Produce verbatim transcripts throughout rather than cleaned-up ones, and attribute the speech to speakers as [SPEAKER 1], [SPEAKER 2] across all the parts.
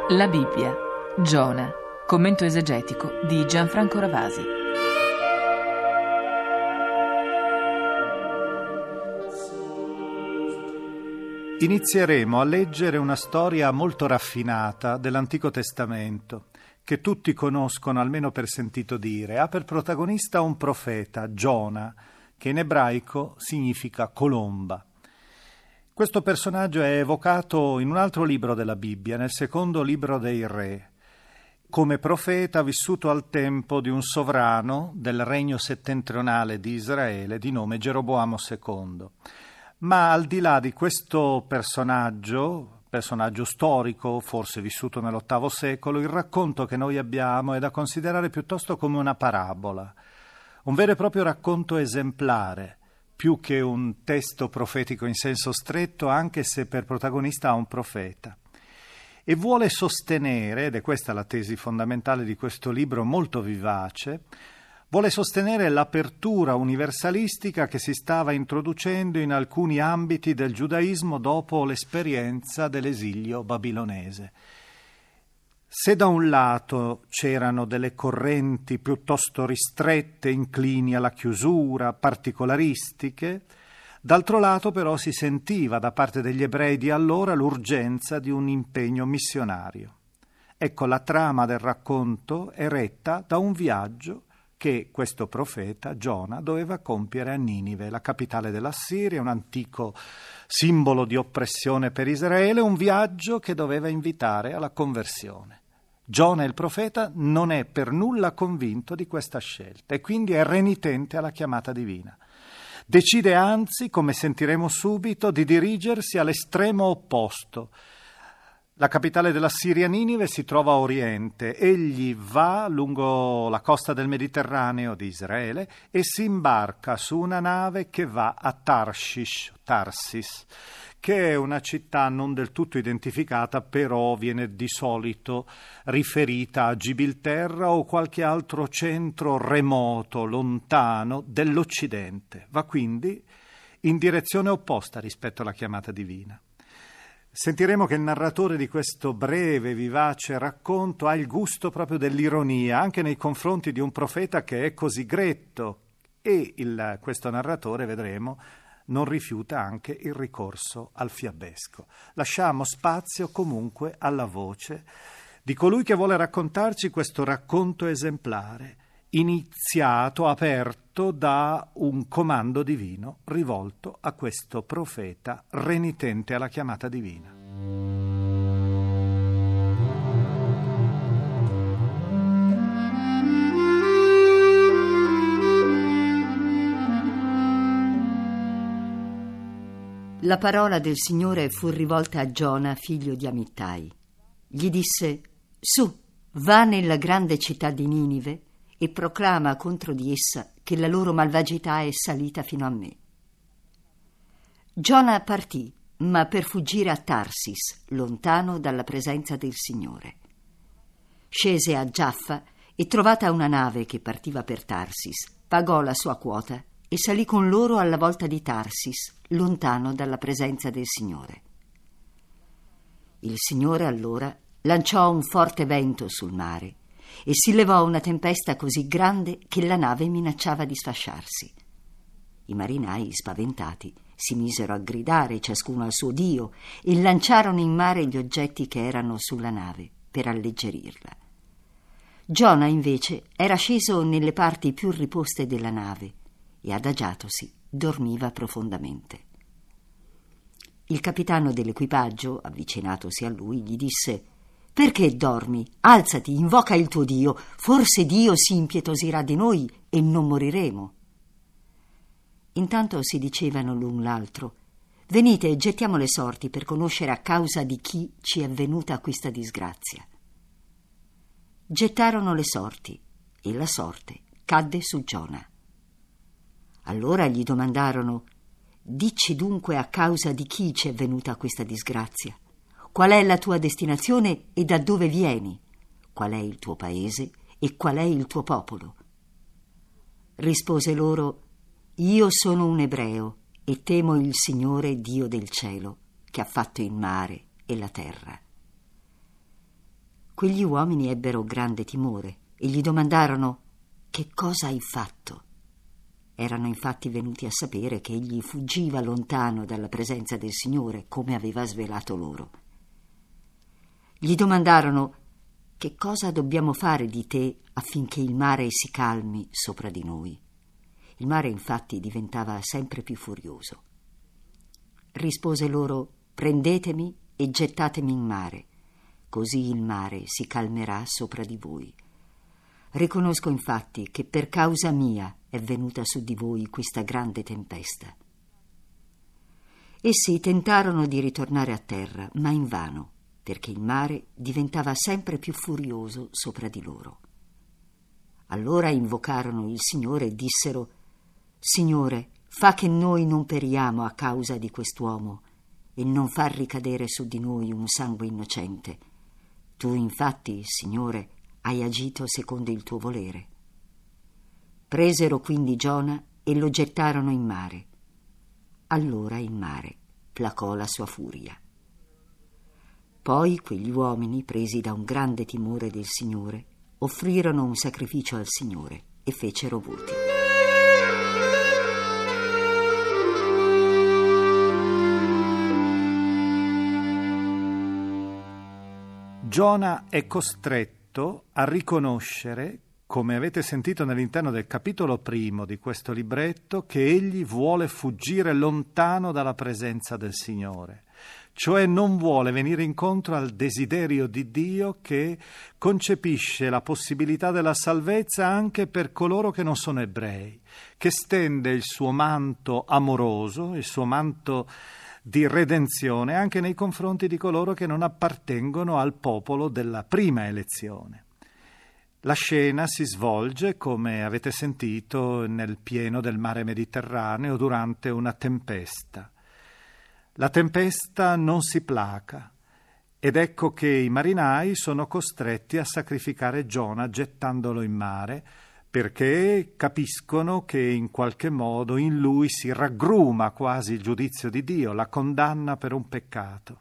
[SPEAKER 1] La Bibbia, Giona, commento esegetico di Gianfranco Ravasi.
[SPEAKER 2] Inizieremo a leggere una storia molto raffinata dell'Antico Testamento, che tutti conoscono almeno per sentito dire. Ha per protagonista un profeta, Giona, che in ebraico significa colomba. Questo personaggio è evocato in un altro libro della Bibbia, nel secondo libro dei Re, come profeta vissuto al tempo di un sovrano del regno settentrionale di Israele di nome Geroboamo secondo. Ma al di là di questo personaggio, personaggio storico, forse vissuto nell'ottavo secolo, il racconto che noi abbiamo è da considerare piuttosto come una parabola, un vero e proprio racconto esemplare, più che un testo profetico in senso stretto, anche se per protagonista ha un profeta. E vuole sostenere, ed è questa la tesi fondamentale di questo libro molto vivace, vuole sostenere l'apertura universalistica che si stava introducendo in alcuni ambiti del giudaismo dopo l'esperienza dell'esilio babilonese. Se da un lato c'erano delle correnti piuttosto ristrette, inclini alla chiusura, particolaristiche, d'altro lato però si sentiva da parte degli ebrei di allora l'urgenza di un impegno missionario. Ecco, la trama del racconto è retta da un viaggio che questo profeta, Giona, doveva compiere a Ninive, la capitale dell'Assiria, un antico simbolo di oppressione per Israele, un viaggio che doveva invitare alla conversione. Giona, il profeta, non è per nulla convinto di questa scelta e quindi è renitente alla chiamata divina. Decide anzi, come sentiremo subito, di dirigersi all'estremo opposto. La capitale della Siria, Ninive, si trova a oriente. Egli va lungo la costa del Mediterraneo di Israele e si imbarca su una nave che va a Tarshish, Tarsis, che è una città non del tutto identificata, però viene di solito riferita a Gibilterra o qualche altro centro remoto, lontano dell'Occidente. Va quindi in direzione opposta rispetto alla chiamata divina. Sentiremo che il narratore di questo breve, vivace racconto ha il gusto proprio dell'ironia, anche nei confronti di un profeta che è così gretto, e il, questo narratore, vedremo, non rifiuta anche il ricorso al fiabesco. Lasciamo spazio comunque alla voce di colui che vuole raccontarci questo racconto esemplare, iniziato, aperto da un comando divino rivolto a questo profeta renitente alla chiamata divina.
[SPEAKER 3] La parola del Signore fu rivolta a Giona, figlio di Amittai. Gli disse: «Su, va nella grande città di Ninive e proclama contro di essa che la loro malvagità è salita fino a me». Giona partì, ma per fuggire a Tarsis, lontano dalla presenza del Signore. Scese a Giaffa e, trovata una nave che partiva per Tarsis, pagò la sua quota e salì con loro alla volta di Tarsis, lontano dalla presenza del Signore. Il Signore allora lanciò un forte vento sul mare e si levò una tempesta così grande che la nave minacciava di sfasciarsi. I marinai, spaventati, si misero a gridare ciascuno al suo Dio e lanciarono in mare gli oggetti che erano sulla nave per alleggerirla. Giona invece era sceso nelle parti più riposte della nave e, adagiatosi, dormiva profondamente. Il capitano dell'equipaggio, avvicinatosi a lui, gli disse: «Perché dormi? Alzati, invoca il tuo Dio, forse Dio si impietosirà di noi e non moriremo». Intanto si dicevano l'un l'altro: «Venite e gettiamo le sorti per conoscere a causa di chi ci è venuta questa disgrazia». Gettarono le sorti e la sorte cadde su Giona. Allora gli domandarono: «Dici dunque a causa di chi ci è venuta questa disgrazia? Qual è la tua destinazione e da dove vieni? Qual è il tuo paese e qual è il tuo popolo?» Rispose loro: «Io sono un ebreo e temo il Signore Dio del cielo, che ha fatto il mare e la terra». Quegli uomini ebbero grande timore e gli domandarono: «Che cosa hai fatto?» Erano infatti venuti a sapere che egli fuggiva lontano dalla presenza del Signore, come aveva svelato loro. Gli domandarono: «Che cosa dobbiamo fare di te affinché il mare si calmi sopra di noi?» Il mare infatti diventava sempre più furioso. Rispose loro: «Prendetemi e gettatemi in mare, così il mare si calmerà sopra di voi. Riconosco infatti che per causa mia è venuta su di voi questa grande tempesta». Essi tentarono di ritornare a terra, ma invano, perché il mare diventava sempre più furioso sopra di loro. Allora invocarono il Signore e dissero: «Signore, fa che noi non periamo a causa di quest'uomo e non far ricadere su di noi un sangue innocente. Tu infatti, Signore, hai agito secondo il tuo volere». Presero quindi Giona e lo gettarono in mare. Allora il mare placò la sua furia. Poi quegli uomini, presi da un grande timore del Signore, offrirono un sacrificio al Signore e fecero voti.
[SPEAKER 2] Giona è costretto a riconoscere, come avete sentito nell'interno del capitolo primo di questo libretto, che egli vuole fuggire lontano dalla presenza del Signore, cioè non vuole venire incontro al desiderio di Dio che concepisce la possibilità della salvezza anche per coloro che non sono ebrei, che stende il suo manto amoroso, il suo manto di redenzione anche nei confronti di coloro che non appartengono al popolo della prima elezione. La scena si svolge, come avete sentito, nel pieno del mare Mediterraneo durante una tempesta. La tempesta non si placa ed ecco che i marinai sono costretti a sacrificare Giona gettandolo in mare, perché capiscono che in qualche modo in lui si raggruma quasi il giudizio di Dio, la condanna per un peccato.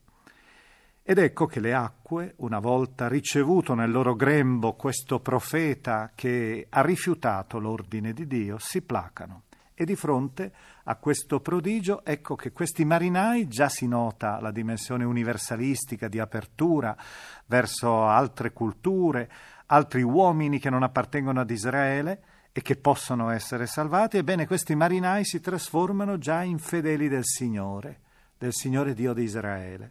[SPEAKER 2] Ed ecco che le acque, una volta ricevuto nel loro grembo questo profeta che ha rifiutato l'ordine di Dio, si placano. E di fronte a questo prodigio, ecco che questi marinai, già si nota la dimensione universalistica di apertura verso altre culture, altri uomini che non appartengono ad Israele e che possono essere salvati, ebbene questi marinai si trasformano già in fedeli del Signore, del Signore Dio di Israele.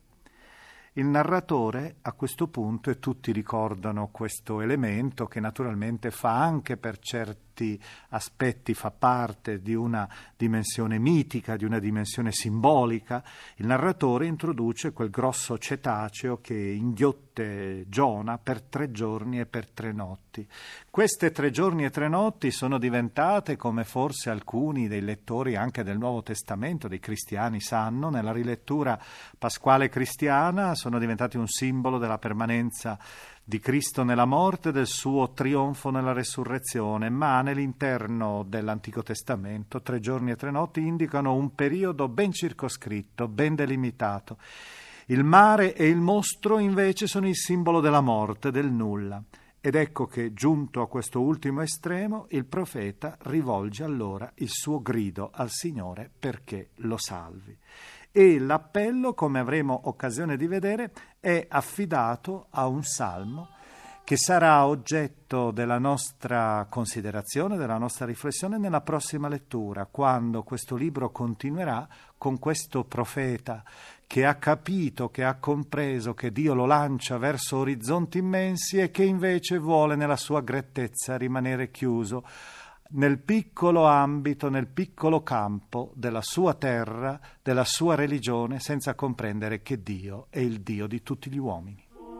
[SPEAKER 2] Il narratore a questo punto, e tutti ricordano questo elemento che naturalmente fa anche per certi aspetti, fa parte di una dimensione mitica, di una dimensione simbolica, il narratore introduce quel grosso cetaceo che inghiotte Giona per tre giorni e per tre notti. Queste tre giorni e tre notti sono diventate, come forse alcuni dei lettori anche del Nuovo Testamento, dei cristiani sanno, nella rilettura pasquale cristiana, sono diventati un simbolo della permanenza di Cristo nella morte e del suo trionfo nella resurrezione, ma nell'interno dell'Antico Testamento tre giorni e tre notti indicano un periodo ben circoscritto, ben delimitato. Il mare e il mostro invece sono il simbolo della morte, del nulla. Ed ecco che, giunto a questo ultimo estremo, il profeta rivolge allora il suo grido al Signore perché lo salvi. E l'appello, come avremo occasione di vedere, è affidato a un salmo che sarà oggetto della nostra considerazione, della nostra riflessione nella prossima lettura, quando questo libro continuerà con questo profeta che ha capito, che ha compreso che Dio lo lancia verso orizzonti immensi e che invece vuole nella sua grettezza rimanere chiuso nel piccolo ambito, nel piccolo campo della sua terra, della sua religione, senza comprendere che Dio è il Dio di tutti gli uomini.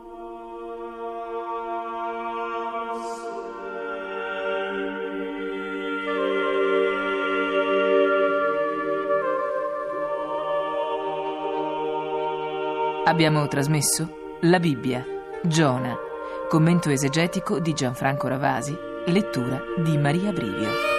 [SPEAKER 1] Abbiamo trasmesso La Bibbia, Giona, commento esegetico di Gianfranco Ravasi, lettura di Maria Brivio.